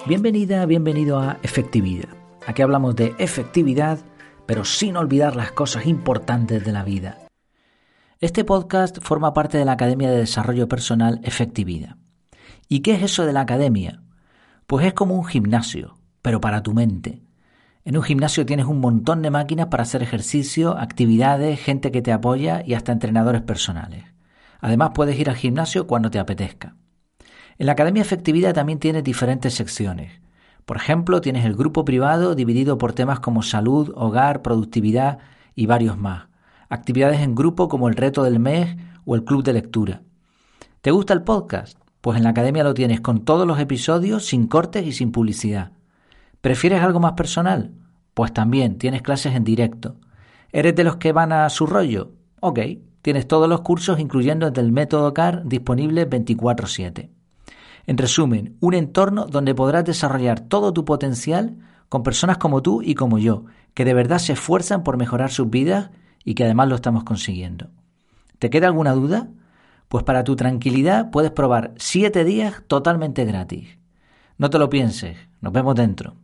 Bienvenida, bienvenido a Efectividad. Aquí hablamos de efectividad, pero sin olvidar las cosas importantes de la vida. Este podcast forma parte de la Academia de Desarrollo Personal Efectividad. ¿Y qué es eso de la academia? Pues es como un gimnasio, pero para tu mente. En un gimnasio tienes un montón de máquinas para hacer ejercicio, actividades, gente que te apoya y hasta entrenadores personales. Además puedes ir al gimnasio cuando te apetezca. En la Academia Efectividad también tienes diferentes secciones. Por ejemplo, tienes el grupo privado dividido por temas como salud, hogar, productividad y varios más. Actividades en grupo como el reto del mes o el club de lectura. ¿Te gusta el podcast? Pues en la Academia lo tienes con todos los episodios, sin cortes y sin publicidad. ¿Prefieres algo más personal? Pues también tienes clases en directo. ¿Eres de los que van a su rollo? Ok, tienes todos los cursos incluyendo el del método CAR disponible 24/7. En resumen, un entorno donde podrás desarrollar todo tu potencial con personas como tú y como yo, que de verdad se esfuerzan por mejorar sus vidas y que además lo estamos consiguiendo. ¿Te queda alguna duda? Pues para tu tranquilidad puedes probar 7 días totalmente gratis. No te lo pienses, nos vemos dentro.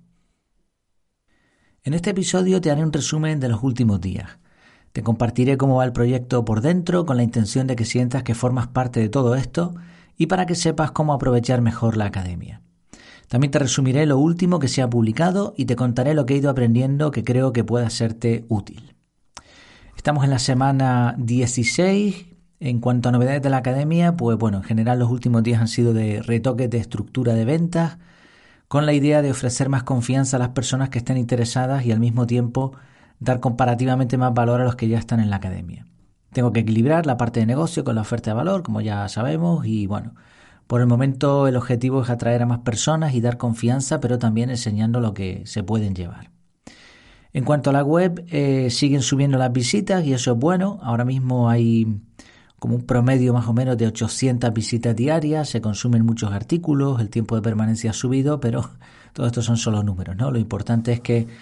En este episodio te haré un resumen de los últimos días. Te compartiré cómo va el proyecto por dentro con la intención de que sientas que formas parte de todo esto y para que sepas cómo aprovechar mejor la academia. También te resumiré lo último que se ha publicado y te contaré lo que he ido aprendiendo que creo que pueda serte útil. Estamos en la semana 16. En cuanto a novedades de la academia, pues bueno, en general los últimos días han sido de retoques de estructura de ventas, con la idea de ofrecer más confianza a las personas que estén interesadas y al mismo tiempo dar comparativamente más valor a los que ya están en la academia. Tengo que equilibrar la parte de negocio con la oferta de valor, como ya sabemos, y bueno, por el momento el objetivo es atraer a más personas y dar confianza, pero también enseñando lo que se pueden llevar. En cuanto a la web, siguen subiendo las visitas y eso es bueno. Ahora mismo hay como un promedio más o menos de 800 visitas diarias, se consumen muchos artículos, el tiempo de permanencia ha subido, pero todo esto son solo números, ¿no? Lo importante es que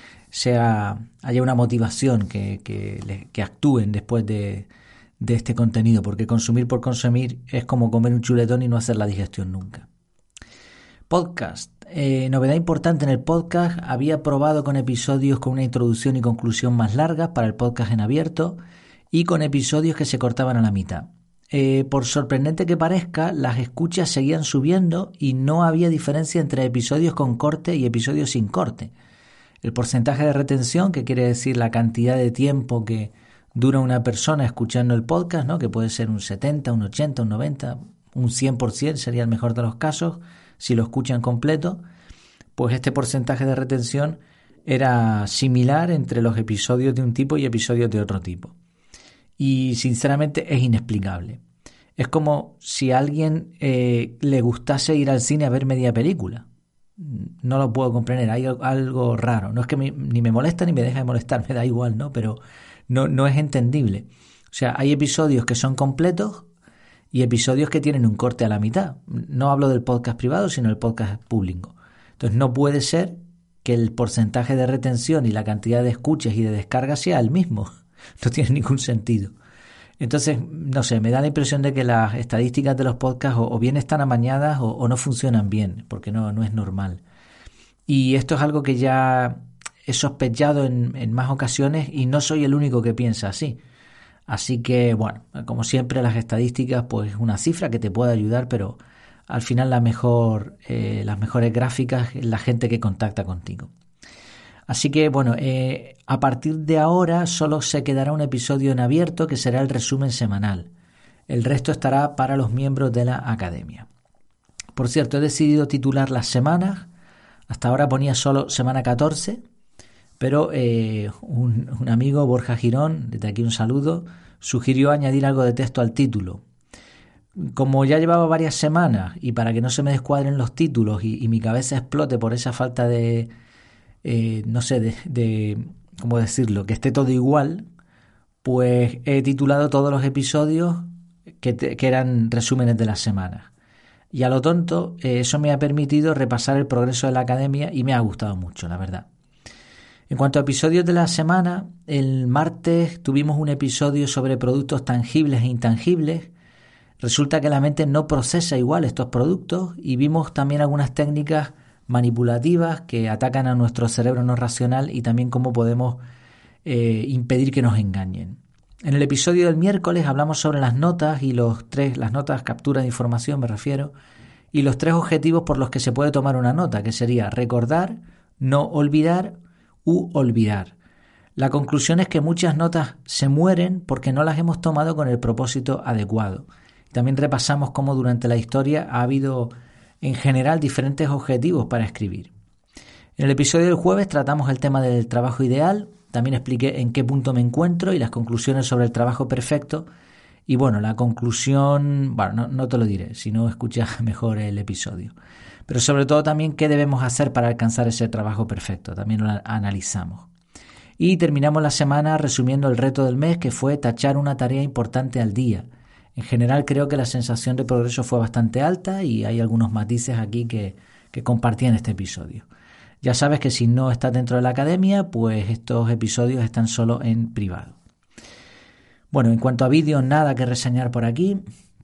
haya una motivación, que actúen después de este contenido, porque consumir por consumir es como comer un chuletón y no hacer la digestión nunca. Podcast. Novedad importante en el podcast, había probado con episodios con una introducción y conclusión más largas para el podcast en abierto y con episodios que se cortaban a la mitad. Por sorprendente que parezca, las escuchas seguían subiendo y no había diferencia entre episodios con corte y episodios sin corte. El porcentaje de retención, que quiere decir la cantidad de tiempo que dura una persona escuchando el podcast, ¿no? Que puede ser un 70, un 80, un 90, un 100% sería el mejor de los casos, si lo escuchan completo, pues este porcentaje de retención era similar entre los episodios de un tipo y episodios de otro tipo. Y sinceramente es inexplicable. Es como si a alguien le gustase ir al cine a ver media película. No lo puedo comprender, hay algo raro. No es que ni me molesta ni me deja de molestar, me da igual, ¿no? Pero no es entendible. O sea, hay episodios que son completos y episodios que tienen un corte a la mitad. No hablo del podcast privado, sino del podcast público. Entonces no puede ser que el porcentaje de retención y la cantidad de escuchas y de descargas sea el mismo. No tiene ningún sentido. Entonces, no sé, me da la impresión de que las estadísticas de los podcasts o bien están amañadas o no funcionan bien, porque no es normal. Y esto es algo que ya he sospechado en más ocasiones y no soy el único que piensa así. Así que, bueno, como siempre las estadísticas, pues es una cifra que te puede ayudar, pero al final las mejores gráficas es la gente que contacta contigo. Así que, bueno, a partir de ahora solo se quedará un episodio en abierto que será el resumen semanal. El resto estará para los miembros de la academia. Por cierto, he decidido titular las semanas. Hasta ahora ponía solo semana 14, pero un amigo, Borja Girón, desde aquí un saludo, sugirió añadir algo de texto al título. Como ya llevaba varias semanas y para que no se me descuadren los títulos y mi cabeza explote por esa falta de ¿cómo decirlo?, que esté todo igual, pues he titulado todos los episodios que eran resúmenes de las semanas. Y a lo tonto, eso me ha permitido repasar el progreso de la academia y me ha gustado mucho, la verdad. En cuanto a episodios de la semana, el martes tuvimos un episodio sobre productos tangibles e intangibles. Resulta que la mente no procesa igual estos productos y vimos también algunas técnicas manipulativas que atacan a nuestro cerebro no racional y también cómo podemos impedir que nos engañen. En el episodio del miércoles hablamos sobre las notas y las notas captura de información me refiero, y los 3 objetivos por los que se puede tomar una nota, que sería recordar, no olvidar u olvidar. La conclusión es que muchas notas se mueren porque no las hemos tomado con el propósito adecuado. También repasamos cómo durante la historia ha habido en general diferentes objetivos para escribir. En el episodio del jueves tratamos el tema del trabajo ideal, también expliqué en qué punto me encuentro y las conclusiones sobre el trabajo perfecto. Y bueno, la conclusión, no te lo diré, si no escuchas mejor el episodio. Pero sobre todo también qué debemos hacer para alcanzar ese trabajo perfecto, también lo analizamos. Y terminamos la semana resumiendo el reto del mes, que fue tachar una tarea importante al día. En general creo que la sensación de progreso fue bastante alta y hay algunos matices aquí que compartí en este episodio. Ya sabes que si no estás dentro de la academia, pues estos episodios están solo en privado. Bueno, en cuanto a vídeos, nada que reseñar por aquí.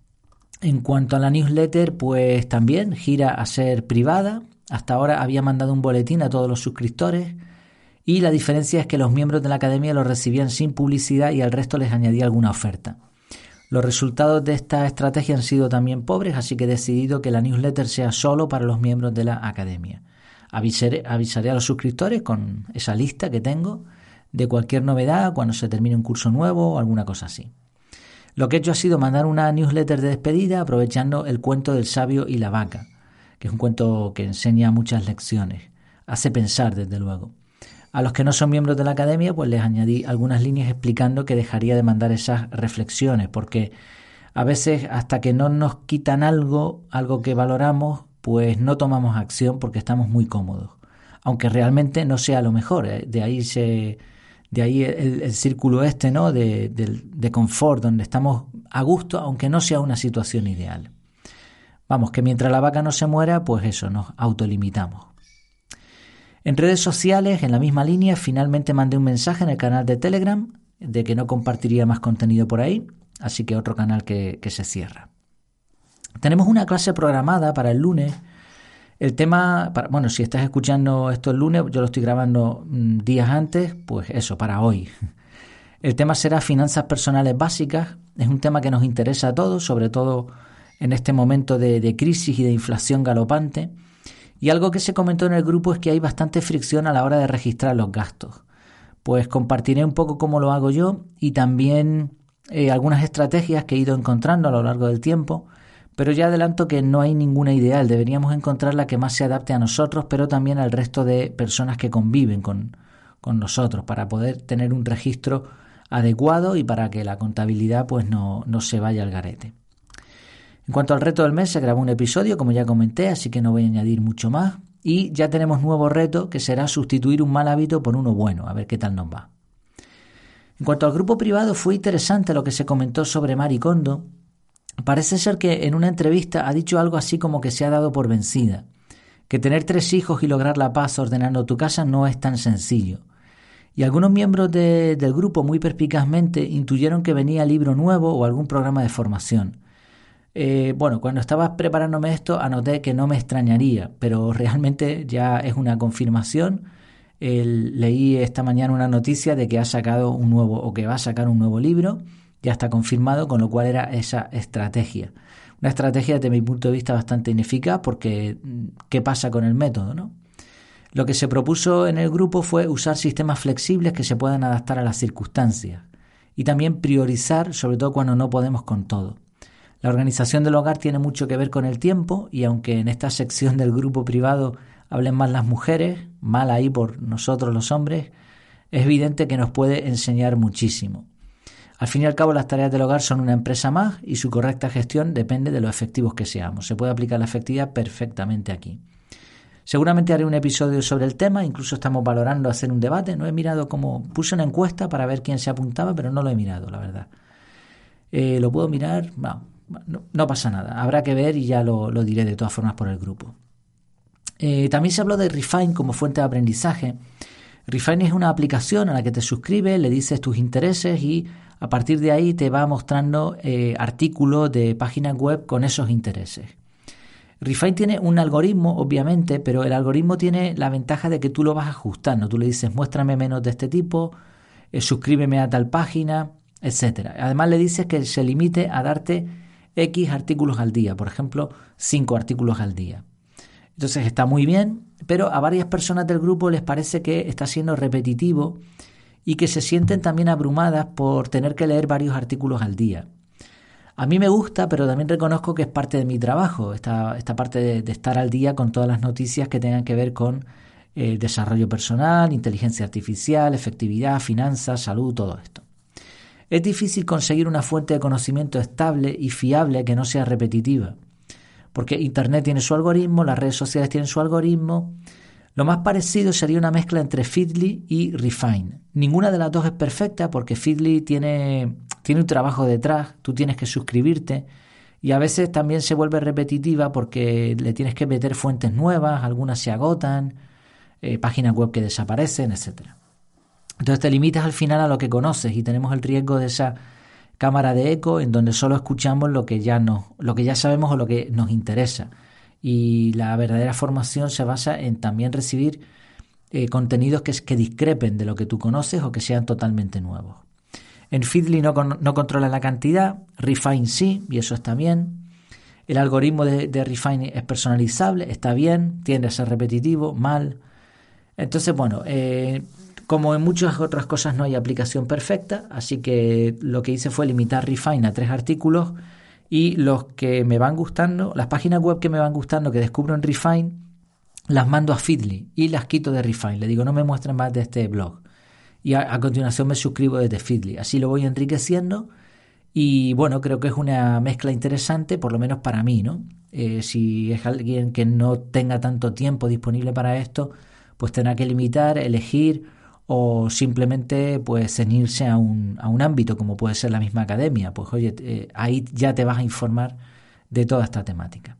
En cuanto a la newsletter, pues también gira a ser privada. Hasta ahora había mandado un boletín a todos los suscriptores y la diferencia es que los miembros de la academia lo recibían sin publicidad y al resto les añadía alguna oferta. Los resultados de esta estrategia han sido también pobres, así que he decidido que la newsletter sea solo para los miembros de la academia. Avisaré a los suscriptores con esa lista que tengo de cualquier novedad cuando se termine un curso nuevo o alguna cosa así. Lo que he hecho ha sido mandar una newsletter de despedida aprovechando el cuento del sabio y la vaca, que es un cuento que enseña muchas lecciones. Hace pensar, desde luego. A los que no son miembros de la academia, pues les añadí algunas líneas explicando que dejaría de mandar esas reflexiones, porque a veces hasta que no nos quitan algo que valoramos, pues no tomamos acción porque estamos muy cómodos, aunque realmente no sea lo mejor. De ahí el círculo ¿no? de confort, donde estamos a gusto, aunque no sea una situación ideal. Vamos, que mientras la vaca no se muera, pues eso, nos autolimitamos. En redes sociales, en la misma línea, finalmente mandé un mensaje en el canal de Telegram de que no compartiría más contenido por ahí, así que otro canal que se cierra. Tenemos una clase programada para el lunes. El tema, si estás escuchando esto el lunes, yo lo estoy grabando días antes, pues eso, para hoy. El tema será finanzas personales básicas. Es un tema que nos interesa a todos, sobre todo en este momento de crisis y de inflación galopante. Y algo que se comentó en el grupo es que hay bastante fricción a la hora de registrar los gastos. Pues compartiré un poco cómo lo hago yo y también algunas estrategias que he ido encontrando a lo largo del tiempo, pero ya adelanto que no hay ninguna ideal, deberíamos encontrar la que más se adapte a nosotros, pero también al resto de personas que conviven con nosotros, para poder tener un registro adecuado y para que la contabilidad pues no se vaya al garete. En cuanto al reto del mes, se grabó un episodio, como ya comenté, así que no voy a añadir mucho más. Y ya tenemos nuevo reto, que será sustituir un mal hábito por uno bueno, a ver qué tal nos va. En cuanto al grupo privado, fue interesante lo que se comentó sobre Marie Kondo. Parece ser que en una entrevista ha dicho algo así como que se ha dado por vencida, que tener 3 hijos y lograr la paz ordenando tu casa no es tan sencillo. Y algunos miembros del grupo muy perspicazmente intuyeron que venía libro nuevo o algún programa de formación. Cuando estaba preparándome esto anoté que no me extrañaría, pero realmente ya es una confirmación. Leí esta mañana una noticia de que ha sacado un nuevo o que va a sacar un nuevo libro, ya está confirmado, con lo cual era esa estrategia. Una estrategia desde mi punto de vista bastante ineficaz porque ¿qué pasa con el método, no? Lo que se propuso en el grupo fue usar sistemas flexibles que se puedan adaptar a las circunstancias y también priorizar, sobre todo cuando no podemos con todo. La organización del hogar tiene mucho que ver con el tiempo y aunque en esta sección del grupo privado hablen más las mujeres, mal ahí por nosotros los hombres, es evidente que nos puede enseñar muchísimo. Al fin y al cabo, las tareas del hogar son una empresa más y su correcta gestión depende de lo efectivos que seamos. Se puede aplicar la efectividad perfectamente aquí. Seguramente haré un episodio sobre el tema, incluso estamos valorando hacer un debate. No he mirado cómo, puse una encuesta para ver quién se apuntaba, pero no lo he mirado, la verdad. ¿Lo puedo mirar? No pasa nada, habrá que ver y ya lo diré de todas formas por el grupo. También se habló de Refine como fuente de aprendizaje. Refine es una aplicación a la que te suscribes, le dices tus intereses y a partir de ahí te va mostrando artículos de páginas web con esos intereses. Refine tiene un algoritmo, obviamente, pero el algoritmo tiene la ventaja de que tú lo vas ajustando. Tú le dices, muéstrame menos de este tipo, suscríbeme a tal página, etcétera. Además le dices que se limite a darte X artículos al día, por ejemplo, 5 artículos al día. Entonces está muy bien, pero a varias personas del grupo les parece que está siendo repetitivo y que se sienten también abrumadas por tener que leer varios artículos al día. A mí me gusta, pero también reconozco que es parte de mi trabajo, esta parte de estar al día con todas las noticias que tengan que ver con desarrollo personal, inteligencia artificial, efectividad, finanzas, salud, todo esto. Es difícil conseguir una fuente de conocimiento estable y fiable que no sea repetitiva, porque Internet tiene su algoritmo, las redes sociales tienen su algoritmo. Lo más parecido sería una mezcla entre Feedly y Refine. Ninguna de las dos es perfecta porque Feedly tiene un trabajo detrás, tú tienes que suscribirte y a veces también se vuelve repetitiva porque le tienes que meter fuentes nuevas, algunas se agotan, páginas web que desaparecen, etcétera. Entonces te limitas al final a lo que conoces y tenemos el riesgo de esa cámara de eco en donde solo escuchamos lo que ya sabemos o lo que nos interesa. Y la verdadera formación se basa en también recibir contenidos que discrepen de lo que tú conoces o que sean totalmente nuevos. En Feedly no controla la cantidad, Refine sí, y eso está bien. El algoritmo de Refine es personalizable, está bien, tiende a ser repetitivo, mal. Entonces, bueno, como en muchas otras cosas no hay aplicación perfecta, así que lo que hice fue limitar Refine a 3 artículos y los que me van gustando, las páginas web que me van gustando, que descubro en Refine, las mando a Feedly y las quito de Refine. Le digo, no me muestren más de este blog. Y a continuación me suscribo desde Feedly. Así lo voy enriqueciendo y bueno, creo que es una mezcla interesante, por lo menos para mí, ¿no? Si es alguien que no tenga tanto tiempo disponible para esto, pues tendrá que limitar, elegir o simplemente pues ceñirse a un ámbito como puede ser la misma academia. Pues oye, ahí ya te vas a informar de toda esta temática.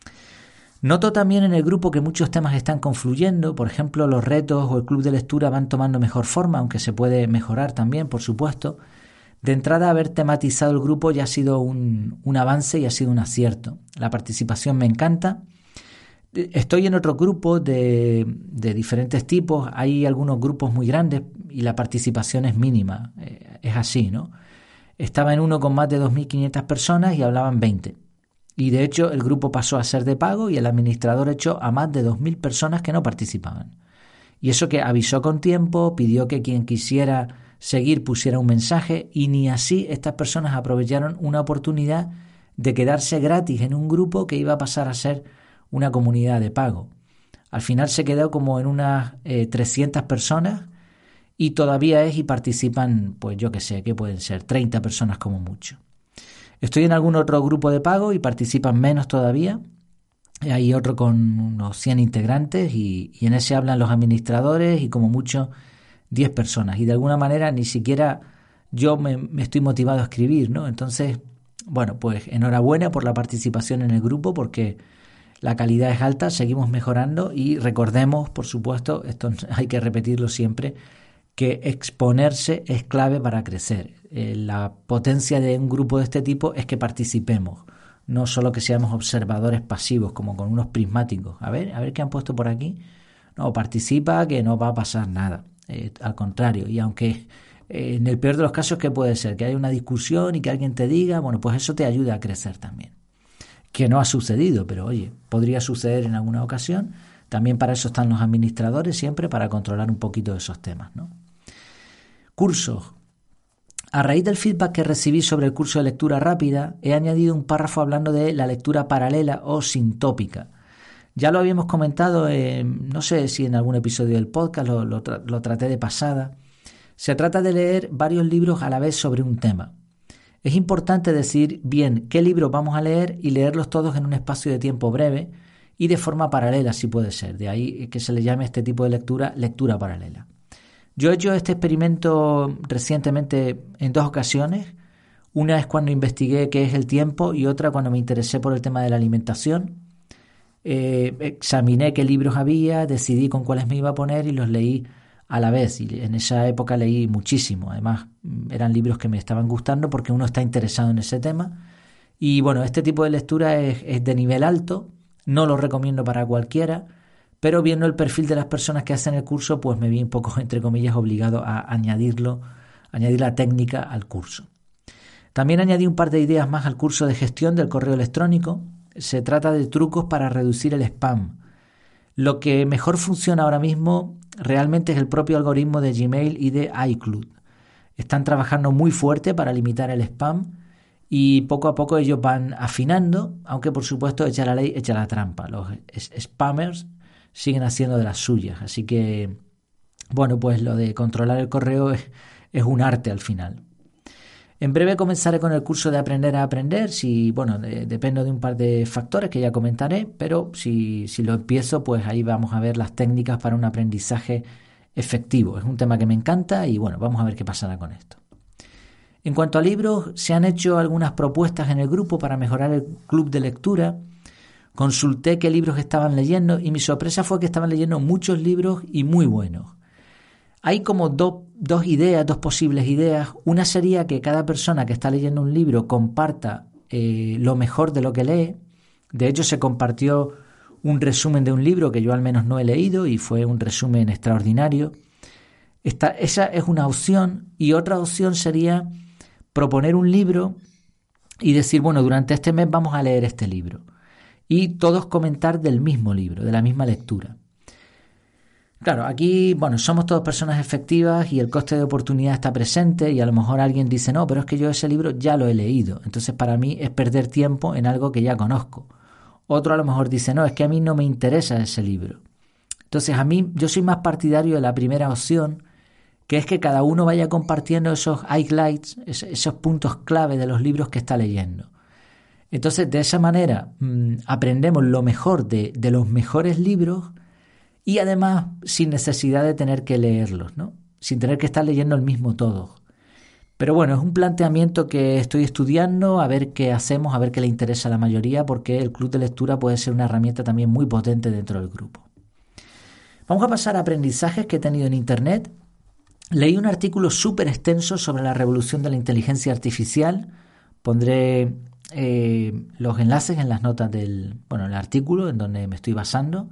Noto también en el grupo que muchos temas están confluyendo, por ejemplo, los retos o el club de lectura van tomando mejor forma, aunque se puede mejorar también, por supuesto. De entrada, haber tematizado el grupo ya ha sido un avance y ha sido un acierto. La participación me encanta. Estoy en otros grupos de diferentes tipos, hay algunos grupos muy grandes y la participación es mínima, es así, ¿no? Estaba en uno con más de 2.500 personas y hablaban 20. Y de hecho el grupo pasó a ser de pago y el administrador echó a más de 2.000 personas que no participaban. Y eso que avisó con tiempo, pidió que quien quisiera seguir pusiera un mensaje y ni así estas personas aprovecharon una oportunidad de quedarse gratis en un grupo que iba a pasar a ser una comunidad de pago. Al final se quedó como en unas 300 personas y todavía y participan, pues yo qué sé, que pueden ser 30 personas como mucho. Estoy en algún otro grupo de pago y participan menos todavía. Hay otro con unos 100 integrantes y en ese hablan los administradores y como mucho 10 personas. Y de alguna manera ni siquiera yo me estoy motivado a escribir, ¿no? Entonces, bueno, pues enhorabuena por la participación en el grupo porque la calidad es alta, seguimos mejorando y recordemos, por supuesto, esto hay que repetirlo siempre, que exponerse es clave para crecer. La potencia de un grupo de este tipo es que participemos, no solo que seamos observadores pasivos como con unos prismáticos. A ver qué han puesto por aquí. No, participa que no va a pasar nada. Al contrario, y aunque en el peor de los casos, ¿qué puede ser? Que haya una discusión y que alguien te diga, bueno, pues eso te ayuda a crecer también. Que no ha sucedido, pero oye, podría suceder en alguna ocasión. También para eso están los administradores siempre, para controlar un poquito esos temas, ¿no? Cursos. A raíz del feedback que recibí sobre el curso de lectura rápida, he añadido un párrafo hablando de la lectura paralela o sintópica. Ya lo habíamos comentado, no sé si en algún episodio del podcast, lo traté de pasada. Se trata de leer varios libros a la vez sobre un tema. Es importante decidir bien qué libros vamos a leer y leerlos todos en un espacio de tiempo breve y de forma paralela, si puede ser. De ahí que se le llame a este tipo de lectura paralela. Yo he hecho este experimento recientemente en 2 ocasiones. Una es cuando investigué qué es el tiempo y otra cuando me interesé por el tema de la alimentación. Examiné qué libros había, decidí con cuáles me iba a poner y los leí a la vez. Y en esa época leí muchísimo. Además, eran libros que me estaban gustando porque uno está interesado en ese tema. Y bueno, este tipo de lectura es de nivel alto. no lo recomiendo para cualquiera, pero viendo el perfil de las personas que hacen el curso, pues me vi un poco, entre comillas, obligado a añadir la técnica al curso. También añadí un par de ideas más al curso de gestión del correo electrónico. Se trata de trucos para reducir el spam. Lo que mejor funciona ahora mismo realmente es el propio algoritmo de Gmail y de iCloud. Están trabajando muy fuerte para limitar el spam y poco a poco ellos van afinando, aunque por supuesto echa la ley, echa la trampa. Los spammers siguen haciendo de las suyas. Así que, bueno, pues lo de controlar el correo es un arte al final. En breve comenzaré con el curso de aprender a aprender. Dependo de un par de factores que ya comentaré, pero si lo empiezo, pues ahí vamos a ver las técnicas para un aprendizaje efectivo. Es un tema que me encanta y bueno, vamos a ver qué pasará con esto. En cuanto a libros, se han hecho algunas propuestas en el grupo para mejorar el club de lectura. Consulté qué libros estaban leyendo y mi sorpresa fue que estaban leyendo muchos libros y muy buenos. Hay como dos posibles ideas. Una sería que cada persona que está leyendo un libro comparta lo mejor de lo que lee. De hecho, se compartió un resumen de un libro que yo al menos no he leído y fue un resumen extraordinario. Esa es una opción, y otra opción sería proponer un libro y decir, bueno, durante este mes vamos a leer este libro. Y todos comentar del mismo libro, de la misma lectura. Claro, aquí, somos todas personas efectivas y el coste de oportunidad está presente y a lo mejor alguien dice, no, pero es que yo ese libro ya lo he leído. Entonces para mí es perder tiempo en algo que ya conozco. Otro a lo mejor dice, no, es que a mí no me interesa ese libro. Entonces yo soy más partidario de la primera opción, que es que cada uno vaya compartiendo esos highlights, esos puntos clave de los libros que está leyendo. Entonces de esa manera aprendemos lo mejor de los mejores libros. Y además sin necesidad de tener que leerlos, ¿no? Sin tener que estar leyendo el mismo todo. Pero bueno, es un planteamiento que estoy estudiando, a ver qué hacemos, a ver qué le interesa a la mayoría, porque el club de lectura puede ser una herramienta también muy potente dentro del grupo. Vamos a pasar a aprendizajes que he tenido en Internet. Leí un artículo súper extenso sobre la revolución de la inteligencia artificial. Pondré los enlaces en las notas del el artículo en donde me estoy basando.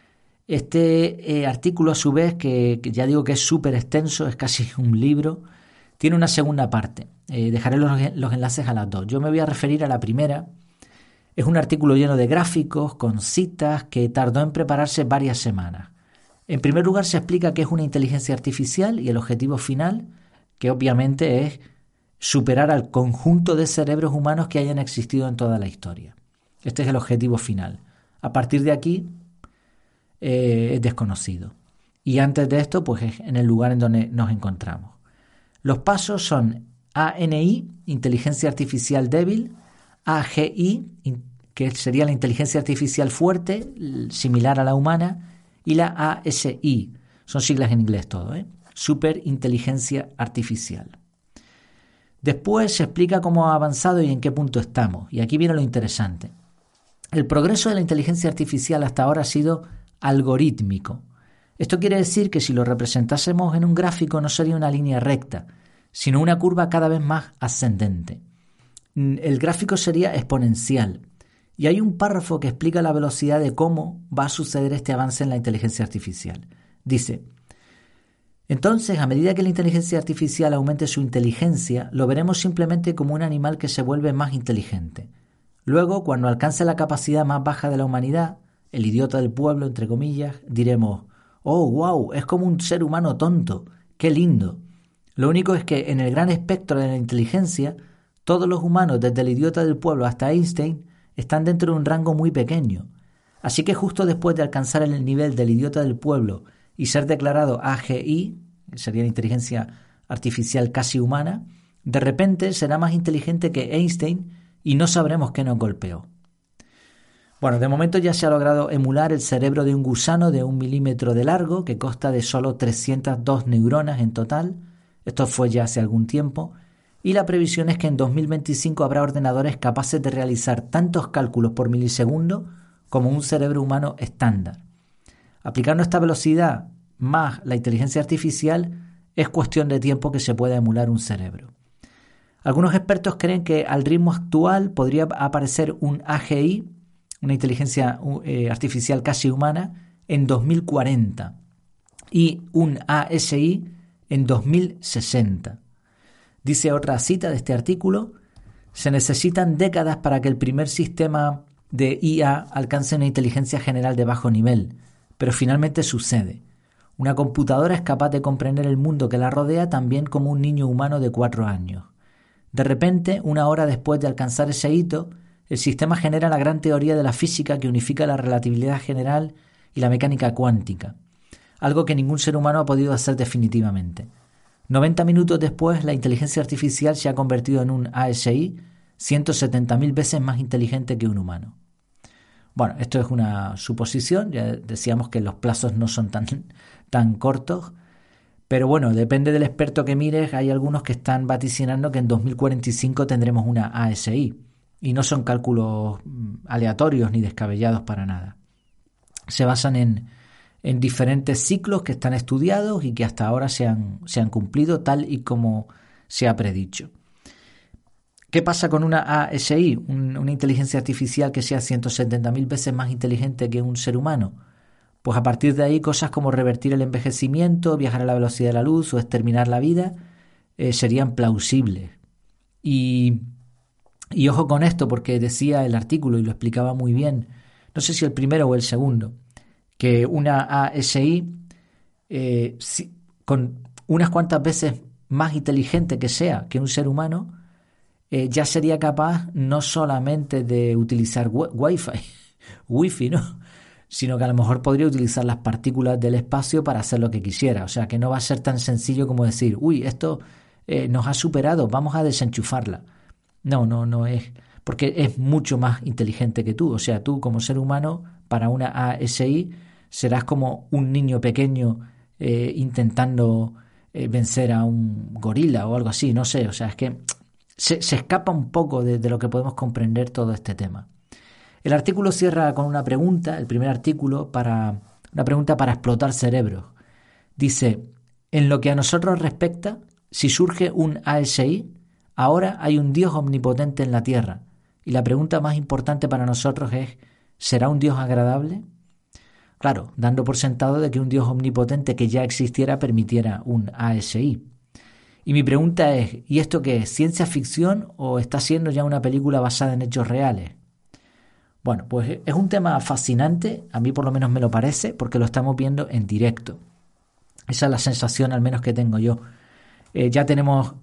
Este artículo, a su vez, que ya digo que es súper extenso, es casi un libro, tiene una segunda parte. Dejaré los enlaces a las dos. Yo me voy a referir a la primera. Es un artículo lleno de gráficos, con citas, que tardó en prepararse varias semanas. En primer lugar, se explica qué es una inteligencia artificial y el objetivo final, que obviamente es superar al conjunto de cerebros humanos que hayan existido en toda la historia. Este es el objetivo final. A partir de aquí es desconocido. Y antes de esto, pues es en el lugar en donde nos encontramos. Los pasos son ANI, inteligencia artificial débil, AGI, que sería la inteligencia artificial fuerte, similar a la humana, y la ASI, son siglas en inglés todo, superinteligencia artificial. Después se explica cómo ha avanzado y en qué punto estamos. Y aquí viene lo interesante. El progreso de la inteligencia artificial hasta ahora ha sido algorítmico. Esto quiere decir que si lo representásemos en un gráfico no sería una línea recta, sino una curva cada vez más ascendente. El gráfico sería exponencial. Y hay un párrafo que explica la velocidad de cómo va a suceder este avance en la inteligencia artificial. Dice, entonces, a medida que la inteligencia artificial aumente su inteligencia, lo veremos simplemente como un animal que se vuelve más inteligente. Luego, cuando alcance la capacidad más baja de la humanidad, el idiota del pueblo, entre comillas, diremos, oh, wow, es como un ser humano tonto, qué lindo. Lo único es que en el gran espectro de la inteligencia, todos los humanos, desde el idiota del pueblo hasta Einstein, están dentro de un rango muy pequeño. Así que justo después de alcanzar el nivel del idiota del pueblo y ser declarado AGI, que sería la inteligencia artificial casi humana, de repente será más inteligente que Einstein y no sabremos qué nos golpeó. Bueno, de momento ya se ha logrado emular el cerebro de un gusano de 1 milímetro de largo, que consta de solo 302 neuronas en total. Esto fue ya hace algún tiempo. Y la previsión es que en 2025 habrá ordenadores capaces de realizar tantos cálculos por milisegundo como un cerebro humano estándar. Aplicando esta velocidad más la inteligencia artificial, es cuestión de tiempo que se pueda emular un cerebro. Algunos expertos creen que al ritmo actual podría aparecer un AGI, una inteligencia artificial casi humana en 2040 y un ASI en 2060. Dice otra cita de este artículo: se necesitan décadas para que el primer sistema de IA alcance una inteligencia general de bajo nivel, pero finalmente sucede. Una computadora es capaz de comprender el mundo que la rodea tan bien como un niño humano de 4 años. De repente, una hora después de alcanzar ese hito, el sistema genera la gran teoría de la física que unifica la relatividad general y la mecánica cuántica, algo que ningún ser humano ha podido hacer definitivamente. 90 minutos después, la inteligencia artificial se ha convertido en un ASI 170.000 veces más inteligente que un humano. Bueno, esto es una suposición, ya decíamos que los plazos no son tan cortos, pero bueno, depende del experto que mires. Hay algunos que están vaticinando que en 2045 tendremos una ASI, y no son cálculos aleatorios ni descabellados para nada. Se basan en diferentes ciclos que están estudiados y que hasta ahora se han cumplido tal y como se ha predicho. ¿Qué pasa con una ASI, una inteligencia artificial que sea 170.000 veces más inteligente que un ser humano? Pues a partir de ahí cosas como revertir el envejecimiento, viajar a la velocidad de la luz o exterminar la vida serían plausibles. Y ojo con esto, porque decía el artículo y lo explicaba muy bien, no sé si el primero o el segundo, que una ASI con unas cuantas veces más inteligente que sea que un ser humano, ya sería capaz no solamente de utilizar Wi-Fi, ¿no? Sino que a lo mejor podría utilizar las partículas del espacio para hacer lo que quisiera. O sea, que no va a ser tan sencillo como decir, esto nos ha superado, vamos a desenchufarla. No es, porque es mucho más inteligente que tú. O sea, tú como ser humano, para una ASI, serás como un niño pequeño intentando vencer a un gorila o algo así, no sé. O sea, es que se escapa un poco de lo que podemos comprender todo este tema. El artículo cierra con una pregunta, el primer artículo, una pregunta para explotar cerebros. Dice, en lo que a nosotros respecta, si surge un ASI, ahora hay un Dios omnipotente en la Tierra. Y la pregunta más importante para nosotros es, ¿será un Dios agradable? Claro, dando por sentado de que un Dios omnipotente que ya existiera permitiera un ASI. Y mi pregunta es, ¿y esto qué es? ¿Ciencia ficción o está siendo ya una película basada en hechos reales? Bueno, pues es un tema fascinante, a mí por lo menos me lo parece, porque lo estamos viendo en directo. Esa es la sensación al menos que tengo yo. Ya tenemos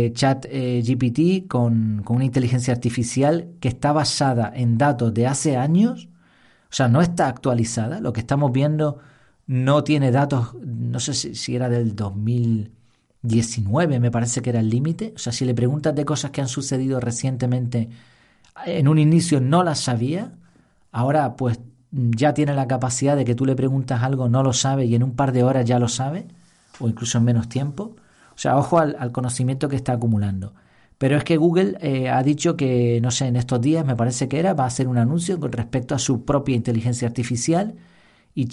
ChatGPT con una inteligencia artificial que está basada en datos de hace años, o sea, no está actualizada. Lo que estamos viendo no tiene datos, no sé si era del 2019, me parece que era el límite. O sea, si le preguntas de cosas que han sucedido recientemente, en un inicio no las sabía, ahora pues ya tiene la capacidad de que tú le preguntas algo, no lo sabe y en un par de horas ya lo sabe, o incluso en menos tiempo. O sea, ojo al conocimiento que está acumulando. Pero es que Google ha dicho que, no sé, en estos días me parece que va a hacer un anuncio con respecto a su propia inteligencia artificial y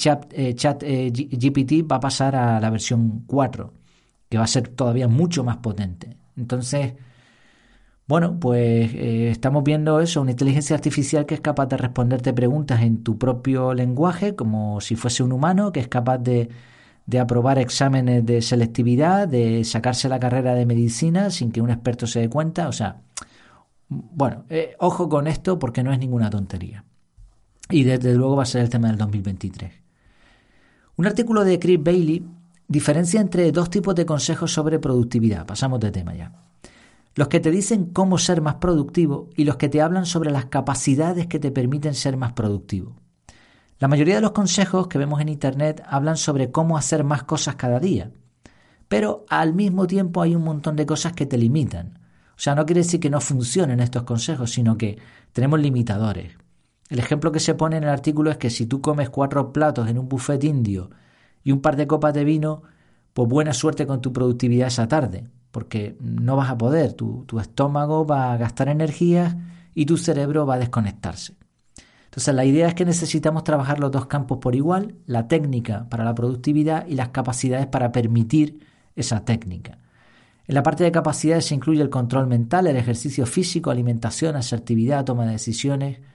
ChatGPT va a pasar a la versión 4, que va a ser todavía mucho más potente. Entonces, bueno, pues estamos viendo eso, una inteligencia artificial que es capaz de responderte preguntas en tu propio lenguaje, como si fuese un humano, que es capaz de aprobar exámenes de selectividad, de sacarse la carrera de medicina sin que un experto se dé cuenta. O sea, bueno, ojo con esto porque no es ninguna tontería. Y desde luego va a ser el tema del 2023. Un artículo de Chris Bailey diferencia entre dos tipos de consejos sobre productividad. Pasamos de tema ya. Los que te dicen cómo ser más productivo y los que te hablan sobre las capacidades que te permiten ser más productivo. La mayoría de los consejos que vemos en Internet hablan sobre cómo hacer más cosas cada día, pero al mismo tiempo hay un montón de cosas que te limitan. O sea, no quiere decir que no funcionen estos consejos, sino que tenemos limitadores. El ejemplo que se pone en el artículo es que si tú comes 4 platos en un buffet indio y un par de copas de vino, pues buena suerte con tu productividad esa tarde, porque no vas a poder, tu estómago va a gastar energía y tu cerebro va a desconectarse. Entonces la idea es que necesitamos trabajar los dos campos por igual, la técnica para la productividad y las capacidades para permitir esa técnica. En la parte de capacidades se incluye el control mental, el ejercicio físico, alimentación, asertividad, toma de decisiones,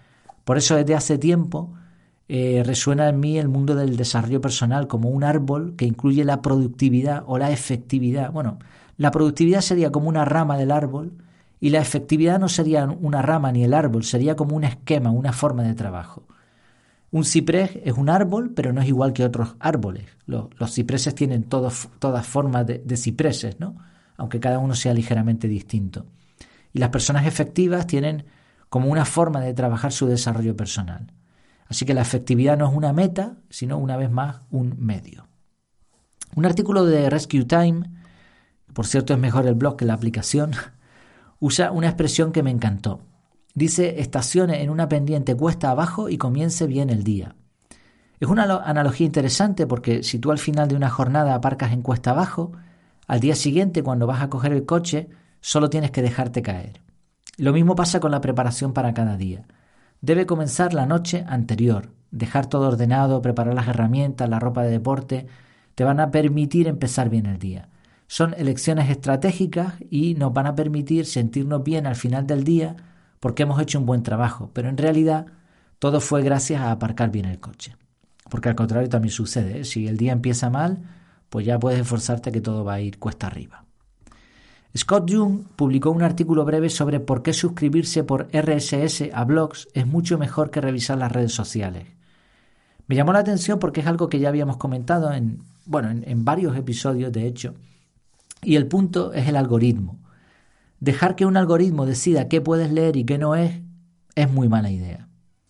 Por eso desde hace tiempo resuena en mí el mundo del desarrollo personal como un árbol que incluye la productividad o la efectividad. Bueno, la productividad sería como una rama del árbol y la efectividad no sería una rama ni el árbol, sería como un esquema, una forma de trabajo. Un ciprés es un árbol, pero no es igual que otros árboles. Los cipreses tienen todas formas de cipreses, ¿no? Aunque cada uno sea ligeramente distinto. Y las personas efectivas tienen como una forma de trabajar su desarrollo personal. Así que la efectividad no es una meta, sino una vez más un medio. Un artículo de Rescue Time, por cierto es mejor el blog que la aplicación, usa una expresión que me encantó. Dice, estacione en una pendiente cuesta abajo y comience bien el día. Es una analogía interesante porque si tú al final de una jornada aparcas en cuesta abajo, al día siguiente cuando vas a coger el coche solo tienes que dejarte caer. Lo mismo pasa con la preparación para cada día. Debe comenzar la noche anterior, dejar todo ordenado, preparar las herramientas, la ropa de deporte, te van a permitir empezar bien el día. Son elecciones estratégicas y nos van a permitir sentirnos bien al final del día porque hemos hecho un buen trabajo, pero en realidad todo fue gracias a aparcar bien el coche. Porque al contrario también sucede, ¿eh? Si el día empieza mal, pues ya puedes esforzarte que todo va a ir cuesta arriba. Scott Jung publicó un artículo breve sobre por qué suscribirse por RSS a blogs es mucho mejor que revisar las redes sociales. Me llamó la atención porque es algo que ya habíamos comentado en varios episodios, de hecho, y el punto es el algoritmo. Dejar que un algoritmo decida qué puedes leer y qué no es muy mala idea.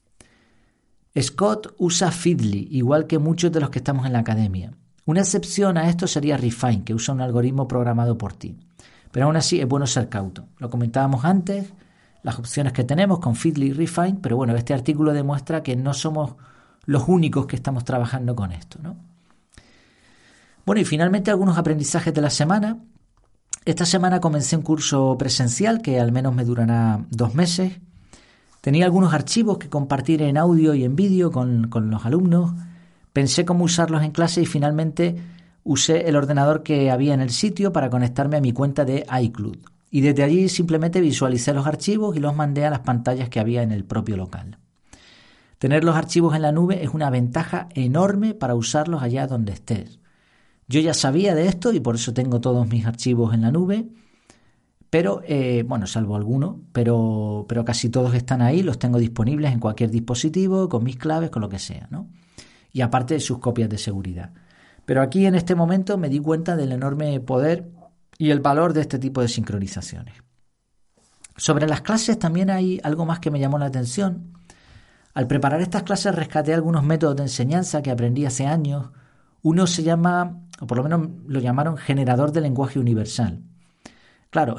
Scott usa Feedly, igual que muchos de los que estamos en la academia. Una excepción a esto sería Refine, que usa un algoritmo programado por ti. Pero aún así es bueno ser cauto. Lo comentábamos antes, las opciones que tenemos con Feedly y Refine, pero bueno, este artículo demuestra que no somos los únicos que estamos trabajando con esto, ¿no? Bueno, y finalmente algunos aprendizajes de la semana. Esta semana comencé un curso presencial que al menos me durará 2 meses. Tenía algunos archivos que compartir en audio y en vídeo con los alumnos. Pensé cómo usarlos en clase y finalmente usé el ordenador que había en el sitio para conectarme a mi cuenta de iCloud. Y desde allí simplemente visualicé los archivos y los mandé a las pantallas que había en el propio local. Tener los archivos en la nube es una ventaja enorme para usarlos allá donde estés. Yo ya sabía de esto y por eso tengo todos mis archivos en la nube, pero, salvo algunos, pero casi todos están ahí, los tengo disponibles en cualquier dispositivo, con mis claves, con lo que sea, ¿no? Y aparte de sus copias de seguridad. Pero aquí en este momento me di cuenta del enorme poder y el valor de este tipo de sincronizaciones. Sobre las clases también hay algo más que me llamó la atención. Al preparar estas clases rescaté algunos métodos de enseñanza que aprendí hace años. Uno se llama, o por lo menos lo llamaron, generador de lenguaje universal. Claro,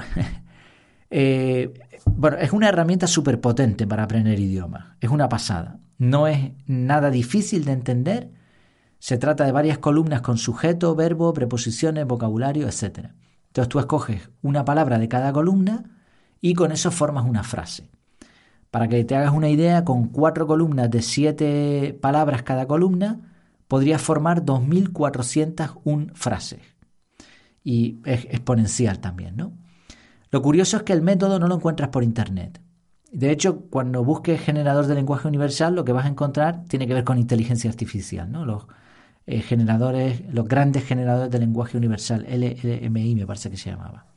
es una herramienta súper potente para aprender idiomas. Es una pasada. No es nada difícil de entender. Se trata de varias columnas con sujeto, verbo, preposiciones, vocabulario, etc. Entonces tú escoges una palabra de cada columna y con eso formas una frase. Para que te hagas una idea, con 4 columnas de 7 palabras cada columna, podrías formar 2.401 frases. Y es exponencial también, ¿no? Lo curioso es que el método no lo encuentras por internet. De hecho, cuando busques generador de lenguaje universal, lo que vas a encontrar tiene que ver con inteligencia artificial, ¿no? Los grandes generadores de lenguaje universal, LLMI me parece que se llamaba.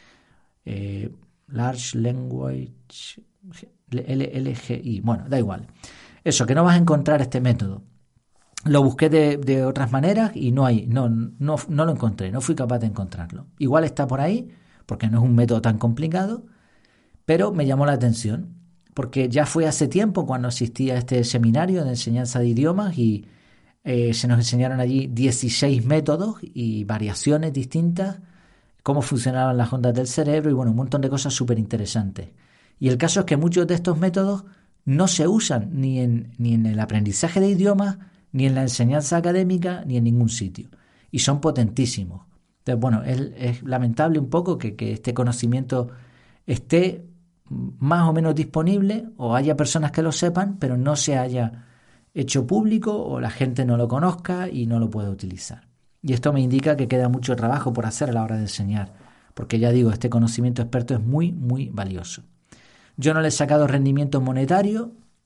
Large Language, LLGI, bueno, da igual. Eso, que no vas a encontrar este método. Lo busqué de otras maneras y no lo encontré, no fui capaz de encontrarlo. Igual está por ahí, porque no es un método tan complicado, pero me llamó la atención, porque ya fue hace tiempo cuando asistí a este seminario de enseñanza de idiomas y se nos enseñaron allí 16 métodos y variaciones distintas, cómo funcionaban las ondas del cerebro y bueno, un montón de cosas súper interesantes. Y el caso es que muchos de estos métodos no se usan ni en el aprendizaje de idiomas, ni en la enseñanza académica, ni en ningún sitio. Y son potentísimos. Entonces, bueno, es lamentable un poco que este conocimiento esté más o menos disponible o haya personas que lo sepan, pero no se haya hecho público o la gente no lo conozca y no lo pueda utilizar. Y esto me indica que queda mucho trabajo por hacer a la hora de enseñar, porque ya digo, este conocimiento experto es muy, muy valioso. Yo no le he sacado rendimiento monetario,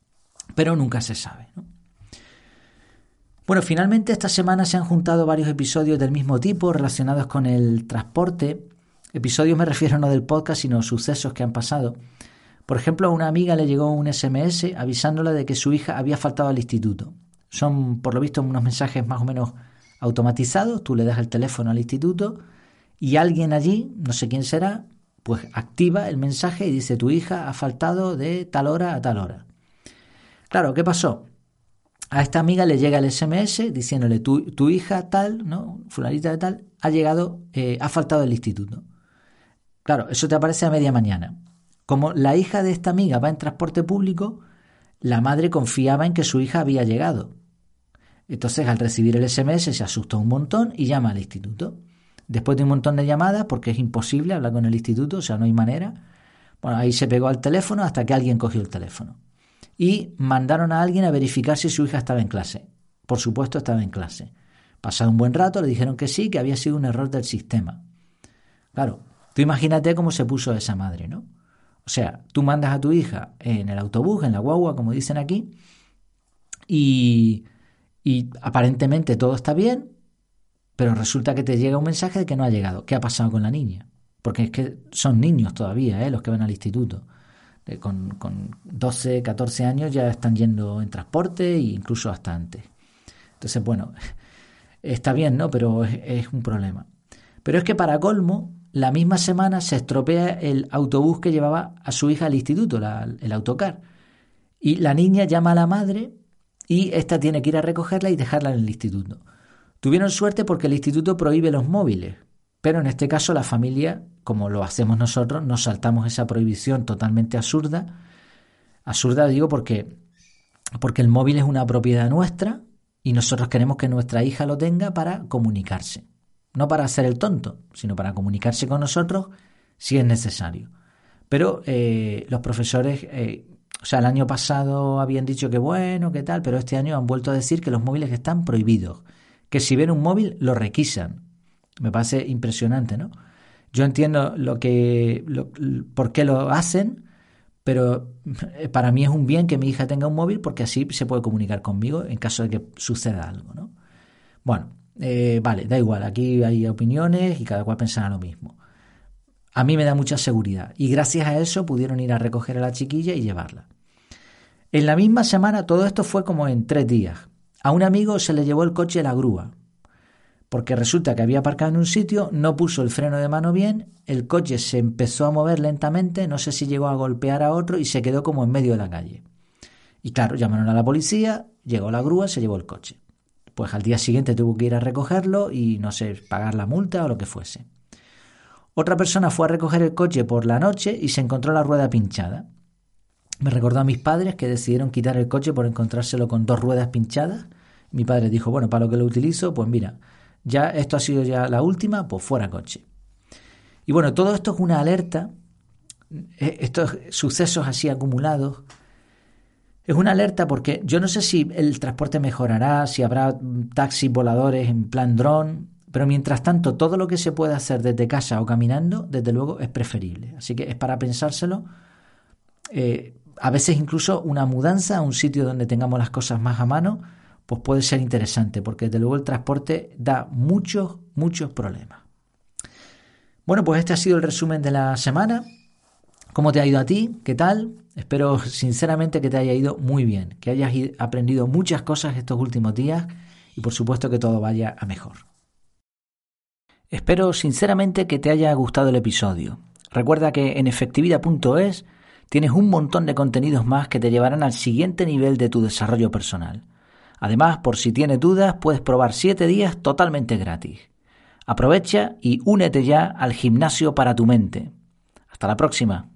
pero nunca se sabe, ¿no? Bueno, finalmente esta semana se han juntado varios episodios del mismo tipo relacionados con el transporte. Episodios me refiero no del podcast, sino sucesos que han pasado. Por ejemplo, a una amiga le llegó un SMS avisándola de que su hija había faltado al instituto. Son, por lo visto, unos mensajes más o menos automatizados. Tú le das el teléfono al instituto y alguien allí, no sé quién será, pues activa el mensaje y dice: tu hija ha faltado de tal hora a tal hora. Claro, ¿qué pasó? A esta amiga le llega el SMS diciéndole: tu hija tal, ¿no? Fulanita de tal, ha faltado del instituto. Claro, eso te aparece a media mañana. Como la hija de esta amiga va en transporte público, la madre confiaba en que su hija había llegado. Entonces, al recibir el SMS se asustó un montón y llama al instituto. Después de un montón de llamadas, porque es imposible hablar con el instituto, o sea, no hay manera, bueno, ahí se pegó al teléfono hasta que alguien cogió el teléfono. Y mandaron a alguien a verificar si su hija estaba en clase. Por supuesto, estaba en clase. Pasado un buen rato, le dijeron que sí, que había sido un error del sistema. Claro, tú imagínate cómo se puso esa madre, ¿no? O sea, tú mandas a tu hija en el autobús, en la guagua, como dicen aquí, y aparentemente todo está bien, pero resulta que te llega un mensaje de que no ha llegado. ¿Qué ha pasado con la niña? Porque es que son niños todavía, los que van al instituto. Con 12, 14 años ya están yendo en transporte e incluso hasta antes. Entonces, bueno, está bien, ¿no? Pero es un problema. Pero es que para colmo, la misma semana se estropea el autobús que llevaba a su hija al instituto, el autocar. Y la niña llama a la madre y esta tiene que ir a recogerla y dejarla en el instituto. Tuvieron suerte porque el instituto prohíbe los móviles, pero en este caso la familia, como lo hacemos nosotros, nos saltamos esa prohibición totalmente absurda. Absurda digo porque el móvil es una propiedad nuestra y nosotros queremos que nuestra hija lo tenga para comunicarse. No para hacer el tonto, sino para comunicarse con nosotros si es necesario. Pero los profesores, el año pasado habían dicho que bueno, que tal, pero este año han vuelto a decir que los móviles están prohibidos, que si ven un móvil lo requisan. Me parece impresionante, ¿no? Yo entiendo por qué lo hacen, pero para mí es un bien que mi hija tenga un móvil porque así se puede comunicar conmigo en caso de que suceda algo, ¿no? Bueno, vale, da igual, aquí hay opiniones y cada cual pensará lo mismo. A mí me da mucha seguridad y gracias a eso pudieron ir a recoger a la chiquilla y llevarla. En la misma semana, todo esto fue como en 3 días. A un amigo se le llevó el coche a la grúa, porque resulta que había aparcado en un sitio, no puso el freno de mano bien, el coche se empezó a mover lentamente, no sé si llegó a golpear a otro y se quedó como en medio de la calle. Y claro, llamaron a la policía, llegó la grúa, se llevó el coche. Pues al día siguiente tuvo que ir a recogerlo y, no sé, pagar la multa o lo que fuese. Otra persona fue a recoger el coche por la noche y se encontró la rueda pinchada. Me recordó a mis padres que decidieron quitar el coche por encontrárselo con 2 ruedas pinchadas. Mi padre dijo, bueno, para lo que lo utilizo, pues mira, ya esto ha sido ya la última, pues fuera coche. Y bueno, todo esto es una alerta, estos sucesos así acumulados, es una alerta porque yo no sé si el transporte mejorará, si habrá taxis voladores en plan dron, pero mientras tanto todo lo que se puede hacer desde casa o caminando, desde luego es preferible. Así que es para pensárselo. A veces incluso una mudanza a un sitio donde tengamos las cosas más a mano, pues puede ser interesante, porque desde luego el transporte da muchos problemas. Bueno, pues este ha sido el resumen de la semana. ¿Cómo te ha ido a ti? ¿Qué tal? Espero sinceramente que te haya ido muy bien, que hayas aprendido muchas cosas estos últimos días y por supuesto que todo vaya a mejor. Espero sinceramente que te haya gustado el episodio. Recuerda que en efectividad.es tienes un montón de contenidos más que te llevarán al siguiente nivel de tu desarrollo personal. Además, por si tienes dudas, puedes probar 7 días totalmente gratis. Aprovecha y únete ya al gimnasio para tu mente. Hasta la próxima.